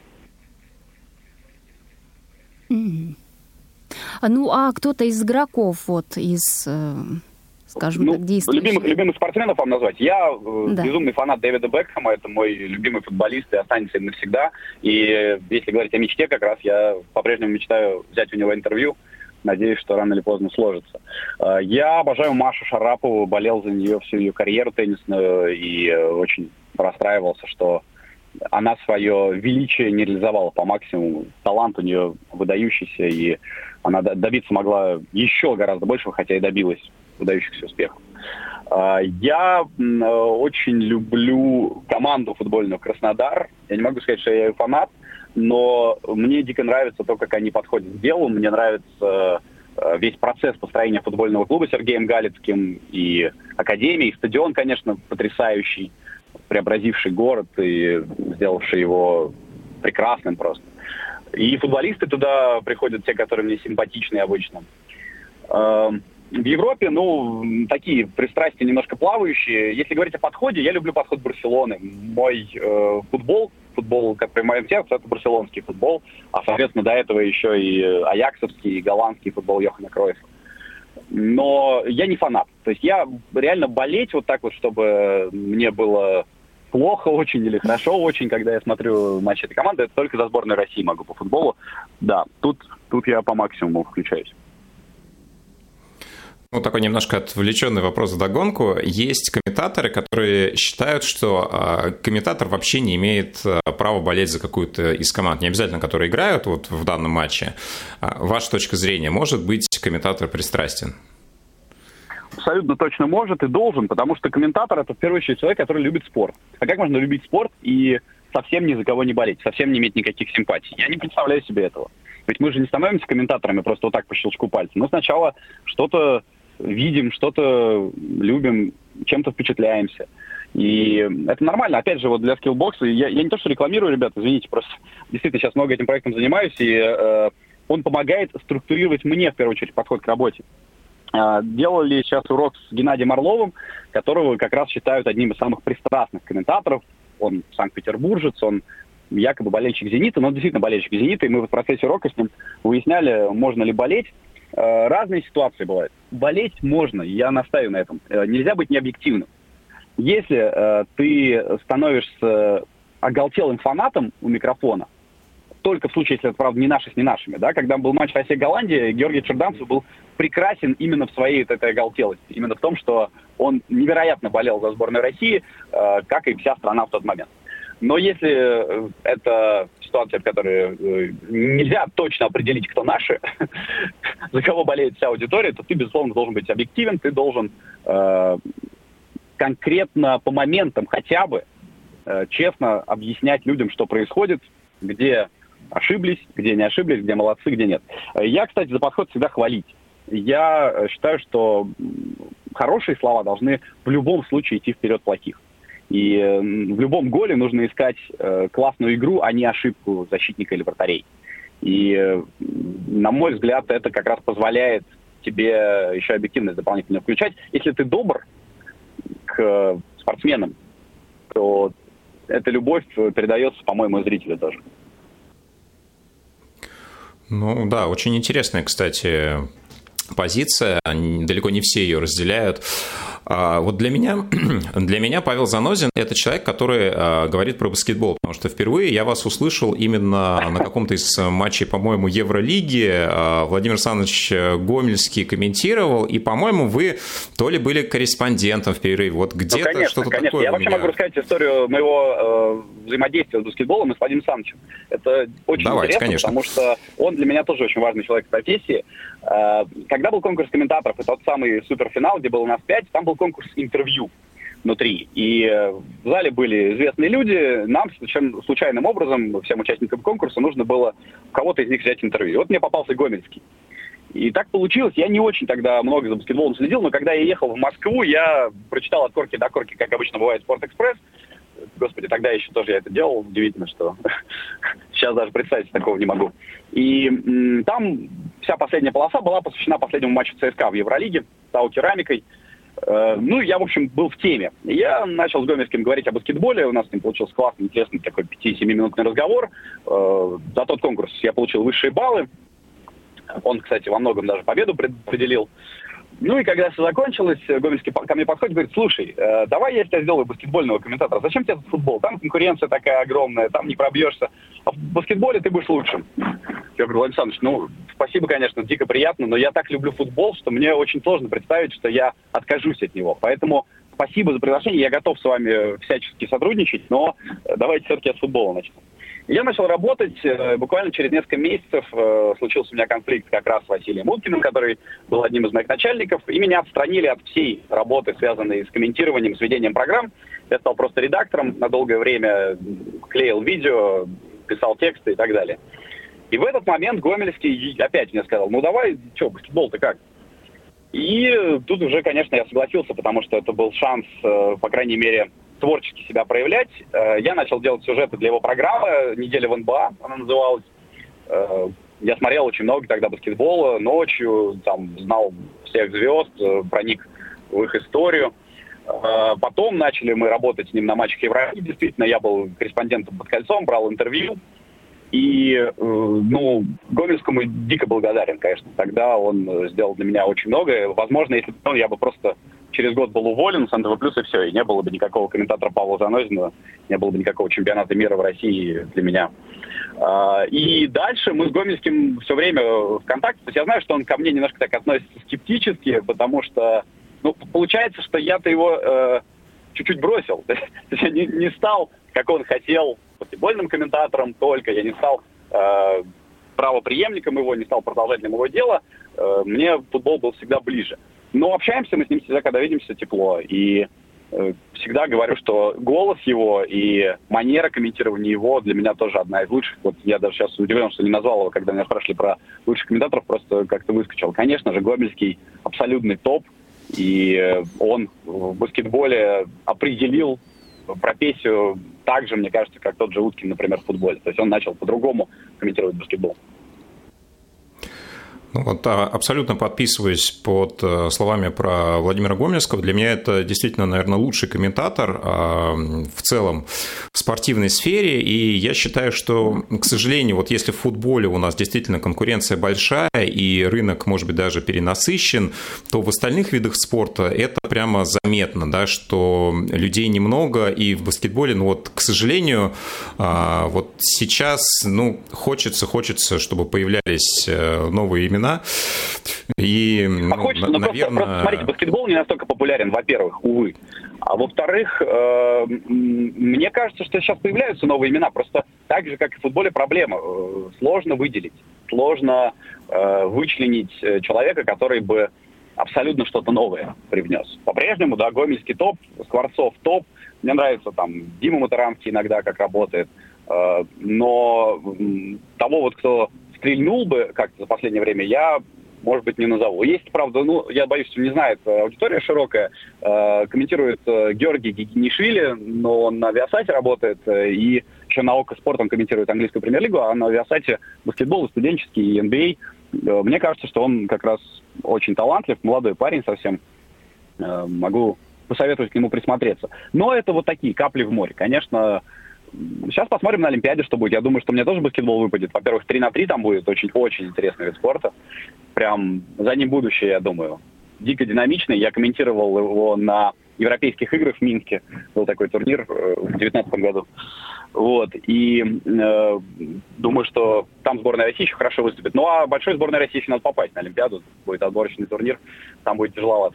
Mm-hmm. Ну, а кто-то из игроков, вот, из... скажем ну, так, действующих. Любимых, любимых спортсменов вам назвать. Я да. безумный фанат Дэвида Бекхэма, это мой любимый футболист и останется им навсегда. И если говорить о мечте, как раз я по-прежнему мечтаю взять у него интервью. Надеюсь, что рано или поздно сложится. Я обожаю Машу Шарапову, болел за нее всю ее карьеру теннисную и очень расстраивался, что она свое величие не реализовала по максимуму. Талант у нее выдающийся, и она добиться могла еще гораздо большего, хотя и добилась выдающихся успехов. Я очень люблю команду футбольную «Краснодар». Я не могу сказать, что я ее фанат, но мне дико нравится то, как они подходят к делу. Мне нравится весь процесс построения футбольного клуба Сергеем Галицким и академии, и стадион, конечно, потрясающий, преобразивший город и сделавший его прекрасным просто. И футболисты туда приходят, те, которые мне симпатичны обычно. В Европе, ну, такие пристрастия немножко плавающие. Если говорить о подходе, я люблю подход Барселоны. Мой э, футбол, футбол, который в моем сердце, это барселонский футбол. А, соответственно, до этого еще и аяксовский, и голландский футбол Йохана Кройфа. Но я не фанат. То есть я реально болеть вот так вот, чтобы мне было плохо очень или хорошо очень, когда я смотрю матчи этой команды, это только за сборную России могу по футболу. Да, тут, тут я по максимуму включаюсь. Ну, такой немножко отвлеченный вопрос вдогонку. Есть комментаторы, которые считают, что э, комментатор вообще не имеет э, права болеть за какую-то из команд. Не обязательно, которые играют вот в данном матче. А, ваша точка зрения, может быть комментатор пристрастен? Абсолютно точно может и должен, потому что комментатор – это в первую очередь человек, который любит спорт. А как можно любить спорт и совсем ни за кого не болеть, совсем не иметь никаких симпатий? Я не представляю себе этого. Ведь мы же не становимся комментаторами просто вот так по щелчку пальца. Мы сначала что-то видим, что-то любим, чем-то впечатляемся. И это нормально. Опять же, вот для скиллбокса, я, я не то что рекламирую, ребята, извините, просто действительно сейчас много этим проектом занимаюсь, и э, он помогает структурировать мне, в первую очередь, подход к работе. Э, делали сейчас урок с Геннадием Орловым, которого как раз считают одним из самых пристрастных комментаторов. Он санкт-петербуржец, он якобы болельщик «Зенита», но он действительно болельщик «Зенита», и мы в процессе урока с ним выясняли, можно ли болеть. Разные ситуации бывают. Болеть можно, я настаиваю на этом. Нельзя быть необъективным. Если э, ты становишься оголтелым фанатом у микрофона, только в случае, если это, правда, не наши с не нашими, да, когда был матч Россия-Голландия, Георгий Черданцев был прекрасен именно в своей вот этой оголтелости. Именно в том, что он невероятно болел за сборную России, э, как и вся страна в тот момент. Но если это ситуация, в которой нельзя точно определить, кто наши, за кого болеет вся аудитория, то ты, безусловно, должен быть объективен, ты должен э, конкретно по моментам хотя бы э, честно объяснять людям, что происходит, где ошиблись, где не ошиблись, где молодцы, где нет. Я, кстати, за подход всегда хвалить. Я считаю, что хорошие слова должны в любом случае идти вперед плохих. И в любом голе нужно искать э, классную игру, а не ошибку защитника или вратарей. И, э, на мой взгляд, это как раз позволяет тебе еще объективность дополнительно включать. Если ты добр к э, спортсменам, то эта любовь передается, по-моему, и зрителю тоже. Ну да, очень интересная, кстати, позиция. Далеко не все ее разделяют. Вот для меня, для меня Павел Занозин – это человек, который э, говорит про баскетбол, потому что впервые я вас услышал именно на каком-то из матчей, по-моему, Евролиги. Э, Владимир Александрович Гомельский комментировал, и, по-моему, вы то ли были корреспондентом в перерыве, вот где-то ну, конечно, что-то конечно. такое. Я вообще меня... могу рассказать историю моего э, взаимодействия с баскетболом и с Владимиром Александровичем. Это очень Давайте, интересно, конечно. Потому что он для меня тоже очень важный человек в профессии. Э, когда был конкурс комментаторов, это тот самый суперфинал, где было у нас пять, там был конкурс интервью внутри. И в зале были известные люди. Нам случайным образом, всем участникам конкурса, нужно было у кого-то из них взять интервью. И вот мне попался Гомельский. И так получилось. Я не очень тогда много за баскетболом следил, но когда я ехал в Москву, я прочитал от корки до корки, как обычно бывает, «Спортэкспресс». Господи, тогда еще тоже я это делал. Удивительно, что сейчас даже представить такого не могу. И м- там вся последняя полоса была посвящена последнему матчу ЦСКА в Евролиге с АО «Керамикой». Ну, я, в общем, был в теме. Я начал с Гомельским говорить о баскетболе. У нас с ним получился классный, интересный такой пяти-семиминутный разговор. За тот конкурс я получил высшие баллы. Он, кстати, во многом даже победу определил. Ну и когда все закончилось, Гомельский ко мне подходит и говорит: слушай, давай я тебя сделаю баскетбольного комментатора. Зачем тебе этот футбол? Там конкуренция такая огромная, там не пробьешься. А в баскетболе ты будешь лучшим. Я говорю: Владимир Александрович, ну, спасибо, конечно, дико приятно, но я так люблю футбол, что мне очень сложно представить, что я откажусь от него. Поэтому спасибо за приглашение, я готов с вами всячески сотрудничать, но давайте все-таки от футбола начнем. Я начал работать, буквально через несколько месяцев случился у меня конфликт как раз с Василием Уткиным, который был одним из моих начальников, и меня отстранили от всей работы, связанной с комментированием, с ведением программ. Я стал просто редактором, на долгое время клеил видео, писал тексты и так далее. И в этот момент Гомельский опять мне сказал: ну давай, что, баскетбол-то как? И тут уже, конечно, я согласился, потому что это был шанс, по крайней мере, творчески себя проявлять. Я начал делать сюжеты для его программы «Неделя в эн бэ а», она называлась. Я смотрел очень много тогда баскетбола ночью, там знал всех звезд, проник в их историю. Потом начали мы работать с ним на матчах Евролиги. Действительно, я был корреспондентом под кольцом, брал интервью. И, ну, Гомельскому дико благодарен, конечно. Тогда он сделал для меня очень многое. Возможно, если бы он, я бы просто через год был уволен с эн тэ вэ плюс, и все. И не было бы никакого комментатора Павла Занозина, не было бы никакого чемпионата мира в России для меня. И дальше мы с Гомельским все время в контакте. То есть я знаю, что он ко мне немножко так относится скептически, потому что, ну, получается, что я-то его э, чуть-чуть бросил. То есть я не, не стал, как он хотел, баскетбольным комментатором только, я не стал э, правопреемником его, не стал продолжателем его дела. Э, мне футбол был всегда ближе. Но общаемся мы с ним всегда, когда видимся, тепло. И э, всегда говорю, что голос его и манера комментирования его для меня тоже одна из лучших. Вот я даже сейчас удивлен, что не назвал его, когда меня спрашивали про лучших комментаторов, просто как-то выскочил. Конечно же, Гомельский абсолютный топ. И он в баскетболе определил профессию так же, мне кажется, как тот же Уткин, например, в футболе. То есть он начал по-другому комментировать баскетбол. Ну, вот, абсолютно подписываюсь под словами про Владимира Гомельского. Для меня это действительно, наверное, лучший комментатор в целом в спортивной сфере. И я считаю, что, к сожалению, вот если в футболе у нас действительно конкуренция большая и рынок, может быть, даже перенасыщен, то в остальных видах спорта это прямо заметно, да, что людей немного. И в баскетболе, ну вот, к сожалению, вот сейчас, ну, хочется, хочется, чтобы появлялись новые имена. И, а хочется, но наверное... просто, просто, смотрите, баскетбол не настолько популярен, во-первых, увы. А во-вторых, э, мне кажется, что сейчас появляются новые имена. Просто так же, как и в футболе, проблема. Сложно выделить, сложно э, вычленить человека, который бы абсолютно что-то новое привнес. По-прежнему, да, Гомельский топ, Скворцов топ. Мне нравится там Дима Матарамский иногда как работает. Э, но э, того вот, кто стрельнул бы как-то за последнее время, я, может быть, не назову. Есть, правда, ну, я боюсь, что не знает аудитория широкая, э, комментирует э, Георгий Гигинишвили, но он на Viasat работает, э, и еще на Око Спорт он комментирует английскую премьер-лигу, а на Viasat баскетбол, и студенческий, и эн би эй. Э, мне кажется, что он как раз очень талантлив, молодой парень совсем. Э, могу посоветовать к нему присмотреться. Но это вот такие капли в море. Конечно, сейчас посмотрим на Олимпиаде, что будет. Я думаю, что мне тоже баскетбол выпадет. Во-первых, три на три там будет очень-очень интересный вид спорта. Прям за ним будущее, я думаю. Дико динамичный. Я комментировал его на Европейских играх в Минске. Был такой турнир в две тысячи девятнадцатом году. Вот. И э, думаю, что там сборная России еще хорошо выступит. Ну, а большой сборной России еще надо попасть на Олимпиаду. Будет отборочный турнир. Там будет тяжеловато.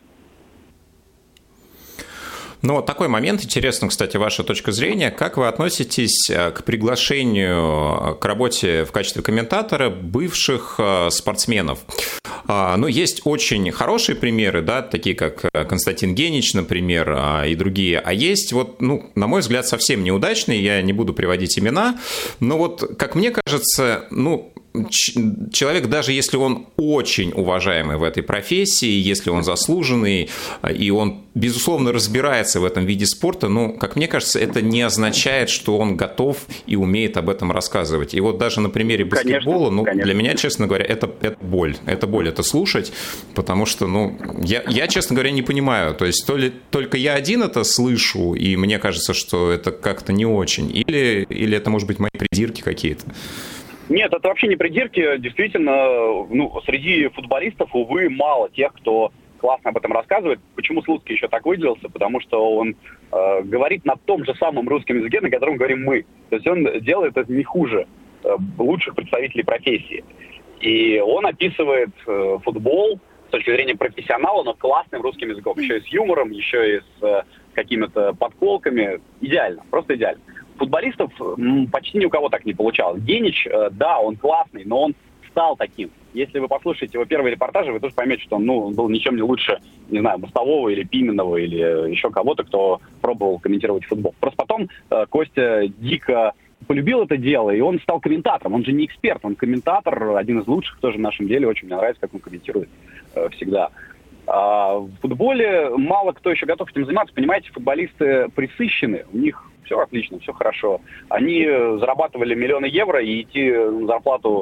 Ну, вот такой момент. Интересно, кстати, ваша точка зрения. Как вы относитесь к приглашению к работе в качестве комментатора бывших спортсменов? Ну, есть очень хорошие примеры, да, такие как Константин Генич, например, и другие. А есть, вот, ну, на мой взгляд, совсем неудачные, я не буду приводить имена, но вот, как мне кажется, ну, человек, даже если он очень уважаемый в этой профессии, если он заслуженный, и он, безусловно, разбирается в этом виде спорта, но, как мне кажется, это не означает, что он готов и умеет об этом рассказывать. И вот даже на примере баскетбола, конечно, ну, конечно. Для меня, честно говоря, это, это боль. Это боль это слушать, потому что, ну, я, я, честно говоря, не понимаю. То есть, то ли только я один это слышу, и мне кажется, что это как-то не очень, или, или это, может быть, мои придирки какие-то. Нет, это вообще не придирки. Действительно, ну, среди футболистов, увы, мало тех, кто классно об этом рассказывает. Почему Слуцкий еще так выделился? Потому что он э, говорит на том же самом русском языке, на котором говорим мы. То есть он делает это не хуже э, лучших представителей профессии. И он описывает э, футбол с точки зрения профессионала, но классным русским языком. Еще и с юмором, еще и с э, какими-то подколками. Идеально, просто идеально. Футболистов почти ни у кого так не получалось. Генич, да, он классный, но он стал таким. Если вы послушаете его первые репортажи, вы тоже поймете, что он, ну, он был ничем не лучше, не знаю, Мостового или Пименова или еще кого-то, кто пробовал комментировать футбол. Просто потом э, Костя дико полюбил это дело, и он стал комментатором. Он же не эксперт, он комментатор, один из лучших тоже в нашем деле. Очень мне нравится, как он комментирует э, всегда. А в футболе мало кто еще готов этим заниматься. Понимаете, футболисты пресыщены, у них все отлично, все хорошо. Они зарабатывали миллионы евро, и идти на зарплату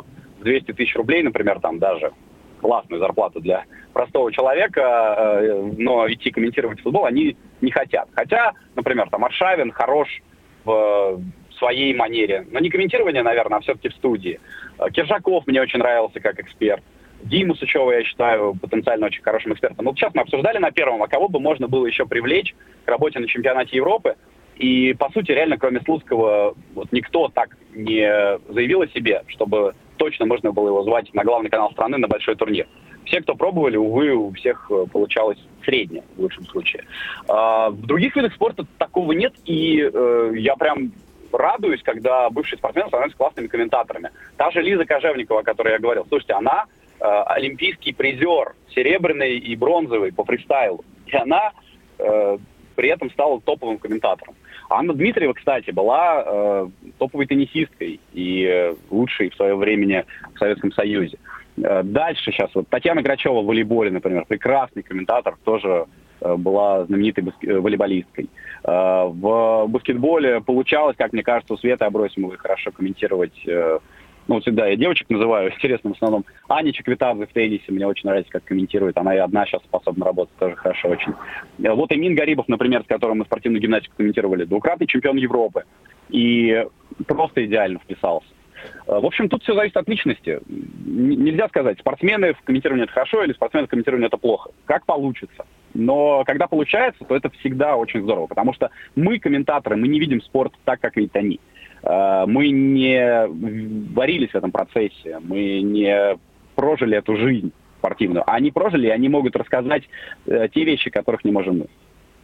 двести тысяч рублей, например, там даже классную зарплату для простого человека, но идти комментировать футбол они не хотят. Хотя, например, там Аршавин хорош в своей манере. Но не комментирование, наверное, а все-таки в студии. Киржаков мне очень нравился как эксперт. Диму Сычева я считаю потенциально очень хорошим экспертом. Вот сейчас мы обсуждали на первом, а кого бы можно было еще привлечь к работе на чемпионате Европы. И, по сути, реально, кроме Слуцкого, вот никто так не заявил о себе, чтобы точно можно было его звать на главный канал страны на большой турнир. Все, кто пробовали, увы, у всех получалось среднее, в лучшем случае. А в других видах спорта такого нет, и э, я прям радуюсь, когда бывшие спортсмены становятся классными комментаторами. Та же Лиза Кожевникова, о которой я говорил. Слушайте, она э, олимпийский призер, серебряный и бронзовый по фристайлу. И она э, при этом стала топовым комментатором. Анна Дмитриева, кстати, была э, топовой теннисисткой и э, лучшей в свое время в Советском Союзе. Э, дальше сейчас вот Татьяна Грачева в волейболе, например, прекрасный комментатор, тоже э, была знаменитой баск... волейболисткой. Э, в баскетболе получалось, как мне кажется, у Светы Абросимовой хорошо комментировать. Э, ну, всегда я девочек называю, интересно, в основном. Аня Чеквитадзе в теннисе, мне очень нравится, как комментирует. Она и одна сейчас способна работать, тоже хорошо очень. Вот Эмин Гарибов, например, с которым мы спортивную гимнастику комментировали, двукратный чемпион Европы. И просто идеально вписался. В общем, тут все зависит от личности. Нельзя сказать, спортсмены в комментировании это хорошо или спортсмены в комментировании это плохо. Как получится. Но когда получается, то это всегда очень здорово. Потому что мы, комментаторы, мы не видим спорт так, как видят они. Мы не варились в этом процессе, мы не прожили эту жизнь спортивную. А они прожили, и они могут рассказать те вещи, которых не можем мы.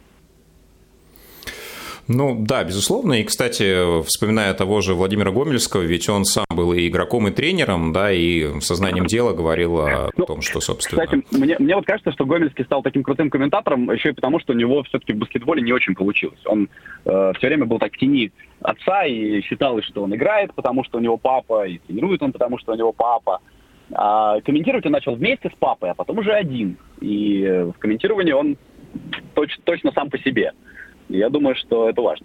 Ну да, безусловно. И, кстати, вспоминая того же Владимира Гомельского, ведь он сам был и игроком, и тренером, да, и сознанием дела говорил о ну, том, что, собственно... Кстати, мне, мне вот кажется, что Гомельский стал таким крутым комментатором еще и потому, что у него все-таки в баскетболе не очень получилось. Он э, все время был так в тени отца и считал, что он играет, потому что у него папа, и тренирует он, потому что у него папа. А комментировать он начал вместе с папой, а потом уже один. И в комментировании он точ, точно сам по себе. Я думаю, что это важно.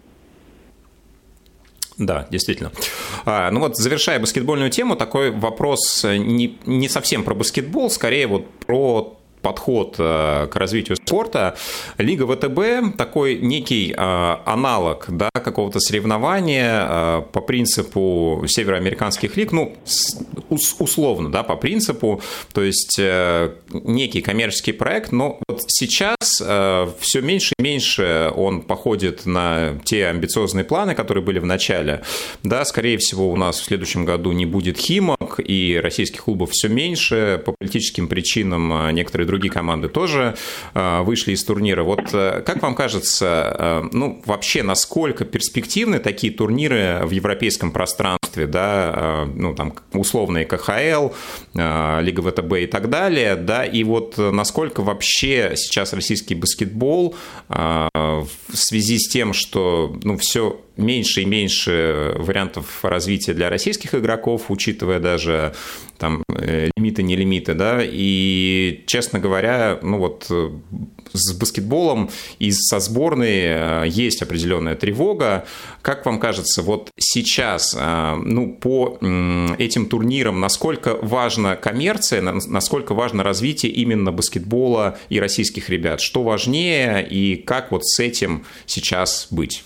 Да, действительно. А, ну вот, завершая баскетбольную тему, такой вопрос не, не совсем про баскетбол, скорее вот про подход к развитию спорта. Лига ВТБ такой некий аналог, да, какого-то соревнования по принципу североамериканских лиг, ну, условно, да, по принципу, то есть некий коммерческий проект, но вот сейчас все меньше и меньше он походит на те амбициозные планы, которые были в начале. Да, скорее всего, у нас в следующем году не будет Химок, и российских клубов все меньше, по политическим причинам некоторые другие команды тоже вышли из турнира. Вот как вам кажется, ну, вообще, насколько перспективны такие турниры в европейском пространстве, да, ну, там, условные ка ха эл, Лига ВТБ и так далее, да, и вот насколько вообще сейчас российский баскетбол в связи с тем, что, ну, все меньше и меньше вариантов развития для российских игроков, учитывая даже там лимиты, не лимиты, да, и, честно говоря, ну вот с баскетболом и со сборной есть определенная тревога. Как вам кажется, вот сейчас, ну, по этим турнирам, насколько важна коммерция, насколько важно развитие именно баскетбола и российских ребят? Что важнее и как вот с этим сейчас быть?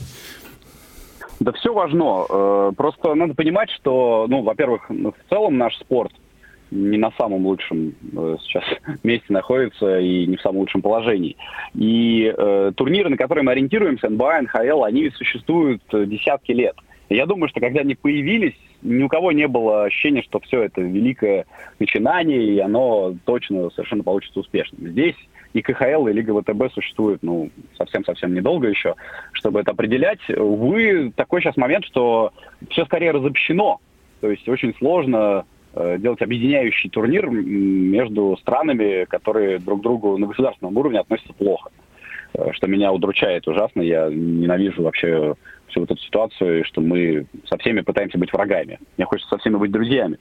Да все важно. Просто надо понимать, что, ну, во-первых, в целом наш спорт не на самом лучшем сейчас месте находится и не в самом лучшем положении. И э, турниры, на которые мы ориентируемся, эн бэ а, эн ха эл, они существуют десятки лет. И я думаю, что когда они появились, ни у кого не было ощущения, что все это великое начинание, и оно точно совершенно получится успешным. Здесь и ка ха эл, и Лига ВТБ существуют, ну, совсем-совсем недолго еще, чтобы это определять. Увы, такой сейчас момент, что все скорее разобщено. То есть очень сложно делать объединяющий турнир между странами, которые друг к другу на государственном уровне относятся плохо. Что меня удручает ужасно. Я ненавижу вообще всю вот эту ситуацию, что мы со всеми пытаемся быть врагами. Мне хочется со всеми быть друзьями.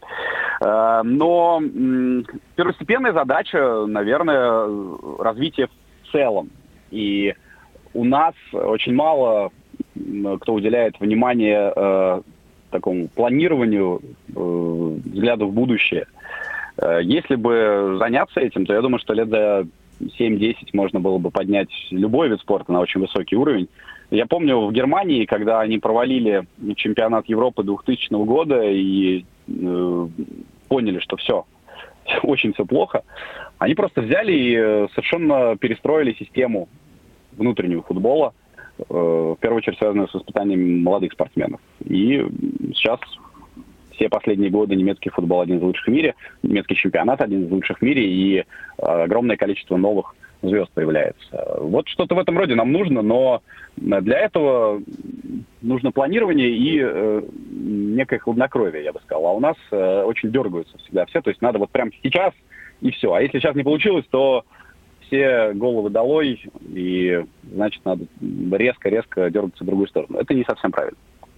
Но первостепенная задача, наверное, развитие в целом. И у нас очень мало кто уделяет внимание такому планированию, э, взгляду в будущее. Э, если бы заняться этим, то я думаю, что лет за семь-десять можно было бы поднять любой вид спорта на очень высокий уровень. Я помню в Германии, когда они провалили чемпионат Европы двухтысячного года и э, поняли, что все, очень все плохо, они просто взяли и совершенно перестроили систему внутреннего футбола, э, в первую очередь связанную с воспитанием молодых спортсменов. И сейчас все последние годы немецкий футбол один из лучших в мире, немецкий чемпионат один из лучших в мире, и э, огромное количество новых звезд появляется. Вот что-то в этом роде нам нужно, но для этого нужно планирование и э, некое хладнокровие, я бы сказал. А у нас э, очень дергаются всегда все, то есть надо вот прямо сейчас и все. А если сейчас не получилось, то все головы долой, и значит надо резко-резко дергаться в другую сторону. Это не совсем правильно.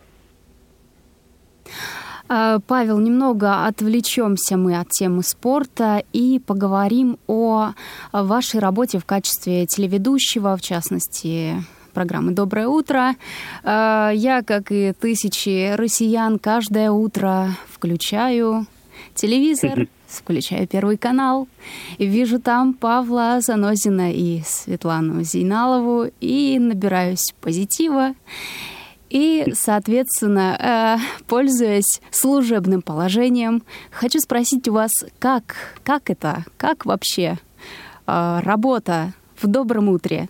Павел, немного отвлечемся мы от темы спорта и поговорим о вашей работе в качестве телеведущего, в частности, программы «Доброе утро». Я, как и тысячи россиян, каждое утро включаю телевизор, включаю Первый канал, и вижу там Павла Занозина и Светлану Зейналову, и набираюсь позитива. И, соответственно, пользуясь служебным положением, хочу спросить у вас, как, как это, как вообще работа в «Добром утре»?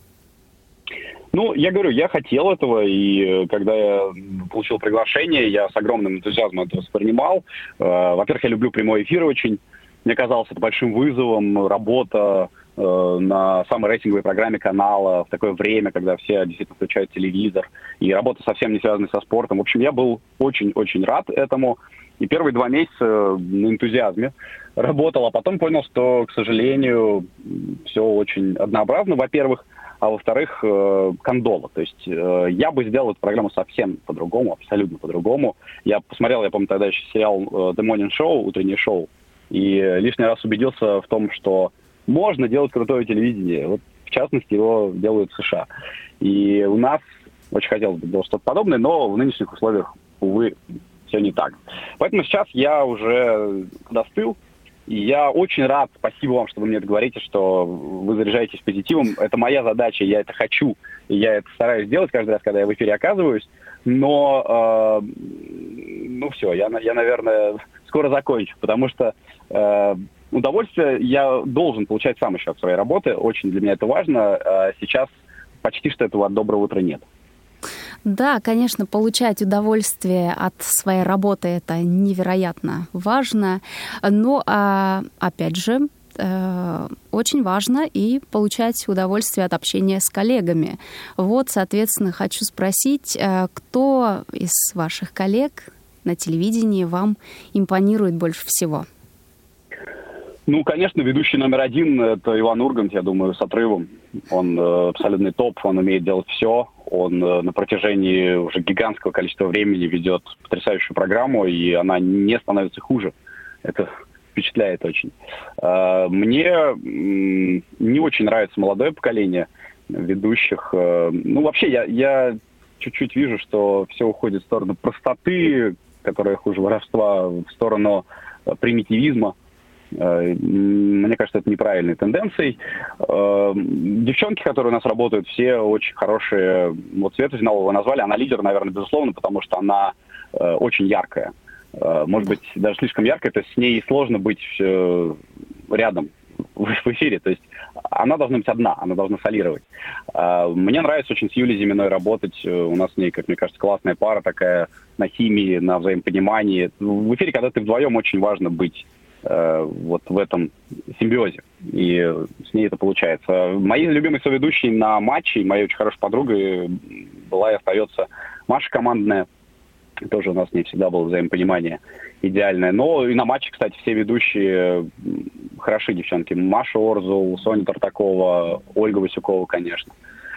Ну, я говорю, я хотел этого, и когда я получил приглашение, я с огромным энтузиазмом это воспринимал. Во-первых, я люблю прямой эфир очень. Мне казалось это большим вызовом, работа на самой рейтинговой программе канала в такое время, когда все действительно включают телевизор, и работа совсем не связана со спортом. В общем, я был очень-очень рад этому. И первые два месяца на энтузиазме работал, а потом понял, что, к сожалению, все очень однообразно, во-первых, а во-вторых, кондола. То есть я бы сделал эту программу совсем по-другому, абсолютно по-другому. Я посмотрел, я помню, тогда еще сериал The Morning Show, утреннее шоу, и лишний раз убедился в том, что можно делать крутое телевидение. Вот, в частности, его делают в США. И у нас очень хотелось бы делать что-то подобное, но в нынешних условиях, увы, все не так. Поэтому сейчас я уже достыл, и я очень рад, спасибо вам, что вы мне это говорите, что вы заряжаетесь позитивом. Это моя задача, я это хочу, и я это стараюсь делать каждый раз, когда я в эфире оказываюсь. Но, э, ну все, я, я, наверное, скоро закончу, потому что э, удовольствие я должен получать сам еще от своей работы. Очень для меня это важно. А сейчас почти что этого от «Доброго утра» нет. Да, конечно, получать удовольствие от своей работы — это невероятно важно. Но, а, опять же, э, очень важно и получать удовольствие от общения с коллегами. Вот, соответственно, хочу спросить, э, кто из ваших коллег на телевидении вам импонирует больше всего? Ну, конечно, ведущий номер один — это Иван Ургант, я думаю, с отрывом. Он э, абсолютный топ, он умеет делать все. Он э, на протяжении уже гигантского количества времени ведет потрясающую программу, и она не становится хуже. Это впечатляет очень. Э, мне э, не очень нравится молодое поколение ведущих. Э, ну, вообще, я, я чуть-чуть вижу, что все уходит в сторону простоты, которая хуже воровства, в сторону э, примитивизма. Мне кажется, это неправильной тенденцией. Девчонки, которые у нас работают, все очень хорошие. Вот Свету Зейналову вы назвали, она лидер, наверное, безусловно, потому что она очень яркая. Может быть, даже слишком яркая, то есть с ней сложно быть рядом в эфире. То есть она должна быть одна, она должна солировать. Мне нравится очень с Юлией Зиминой работать. У нас с ней, как мне кажется, классная пара такая на химии, на взаимопонимании. В эфире, когда ты вдвоем, очень важно быть вот в этом симбиозе. И с ней это получается. Моей любимой соведущей на матче, моей очень хорошей подругой была и остается Маша Командная. Тоже у нас с ней всегда было взаимопонимание идеальное. Но и на матче, кстати, все ведущие хороши девчонки. Маша Орзул, Соня Тартакова, Ольга Васюкова, конечно.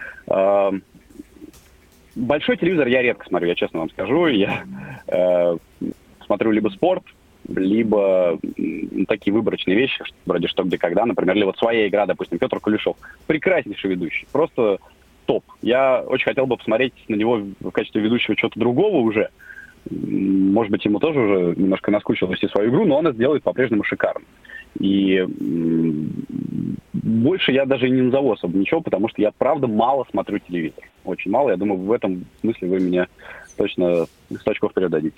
Большой телевизор я редко смотрю, я честно вам скажу. Я смотрю либо спорт, либо ну, такие выборочные вещи, вроде «Что, где, когда», например, или вот «Своя игра», допустим, Петр Кулешов. Прекраснейший ведущий, просто топ. Я очень хотел бы посмотреть на него в качестве ведущего чего-то другого уже, Может быть, ему тоже уже немножко наскучило вести свою игру, но он это делает по-прежнему шикарно. И больше я даже и не назову особо ничего, потому что я, правда, мало смотрю телевизор. Очень мало. Я думаю, в этом смысле вы меня точно с очков вперед дадите.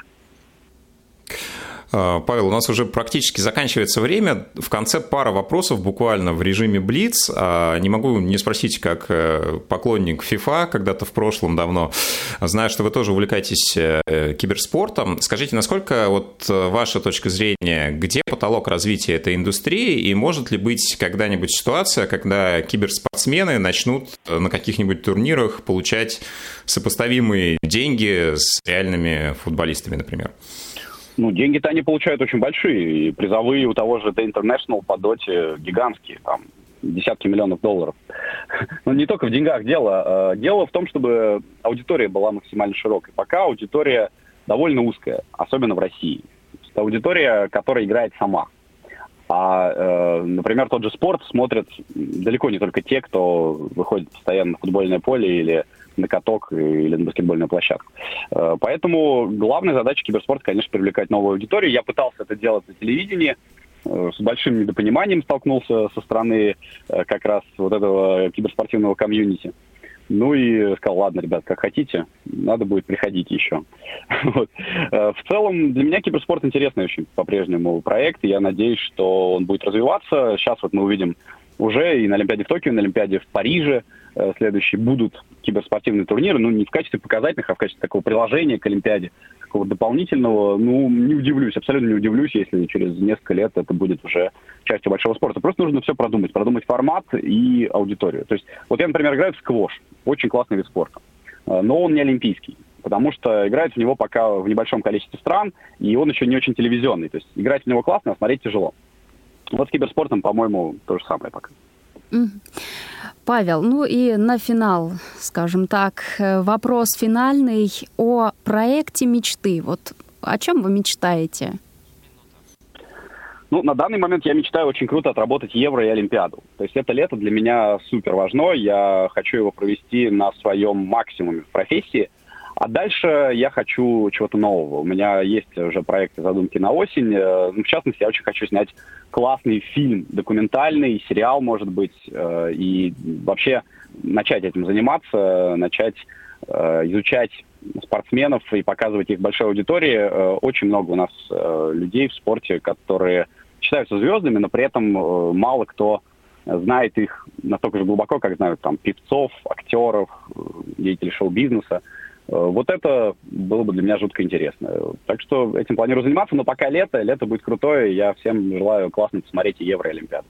Павел, у нас уже практически заканчивается время. В конце пара вопросов буквально в режиме Блиц. Не могу не спросить, как поклонник FIFA, когда-то в прошлом давно, знаю, что вы тоже увлекаетесь киберспортом. Скажите, насколько вот ваша точка зрения, где потолок развития этой индустрии, и может ли быть когда-нибудь ситуация, когда киберспортсмены начнут на каких-нибудь турнирах получать сопоставимые деньги с реальными футболистами, например? Ну, деньги-то они получают очень большие. И призовые у того же The International по доте гигантские, там, десятки миллионов долларов. Но не только в деньгах дело. Дело в том, чтобы аудитория была максимально широкой. Пока аудитория довольно узкая, особенно в России. Это аудитория, которая играет сама. А, например, тот же спорт смотрят далеко не только те, кто выходит постоянно на футбольное поле или на каток или на баскетбольную площадку. Поэтому главная задача киберспорта, конечно, привлекать новую аудиторию. Я пытался это делать на телевидении, с большим недопониманием столкнулся со стороны как раз вот этого киберспортивного комьюнити. Ну и сказал, ладно, ребят, как хотите, надо будет приходить еще. Вот. В целом, для меня киберспорт интересный очень по-прежнему проект, и я надеюсь, что он будет развиваться. Сейчас вот мы увидим уже и на Олимпиаде в Токио, и на Олимпиаде в Париже следующие будут киберспортивные турниры, ну, не в качестве показательных, а в качестве такого приложения к Олимпиаде, какого-то дополнительного. Ну, не удивлюсь, абсолютно не удивлюсь, если через несколько лет это будет уже частью большого спорта. Просто нужно все продумать, продумать формат и аудиторию. То есть, вот я, например, играю в сквош, очень классный вид спорта, но он не олимпийский, потому что играют в него пока в небольшом количестве стран, и он еще не очень телевизионный. То есть, играть в него классно, а смотреть тяжело. Вот с киберспортом, по-моему, то же самое пока. Павел, ну и на финал, скажем так, вопрос финальный о проекте мечты. Вот о чем вы мечтаете? Ну, на данный момент я мечтаю очень круто отработать Евро и Олимпиаду. То есть это лето для меня супер важно. Я хочу его провести на своем максимуме в профессии. А дальше я хочу чего-то нового. У меня есть уже проекты, задумки на осень. В частности, я очень хочу снять классный фильм, документальный, сериал, может быть, и вообще начать этим заниматься, начать изучать спортсменов и показывать их большой аудитории. Очень много у нас людей в спорте, которые считаются звездами, но при этом мало кто знает их настолько же глубоко, как знают там певцов, актеров, деятелей шоу-бизнеса. Вот это было бы для меня жутко интересно. Так что этим планирую заниматься, но пока лето, лето будет крутое, я всем желаю классно посмотреть и Евро, и Олимпиаду.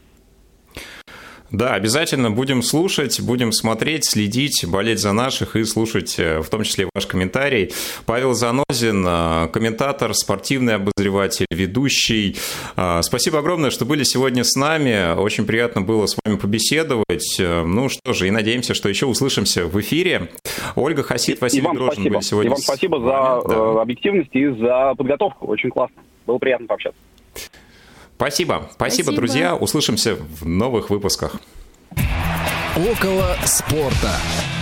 Да, обязательно будем слушать, будем смотреть, следить, болеть за наших и слушать в том числе ваш комментарий. Павел Занозин, комментатор, спортивный обозреватель, ведущий. Спасибо огромное, что были сегодня с нами. Очень приятно было с вами побеседовать. Ну что же, и надеемся, что еще услышимся в эфире. Ольга Хасид, Василий Дрожжин спасибо. были сегодня. И вам спасибо за да. объективность и за подготовку. Очень классно. Было приятно пообщаться. Спасибо. Спасибо, Спасибо, друзья. Услышимся в новых выпусках. Около спорта.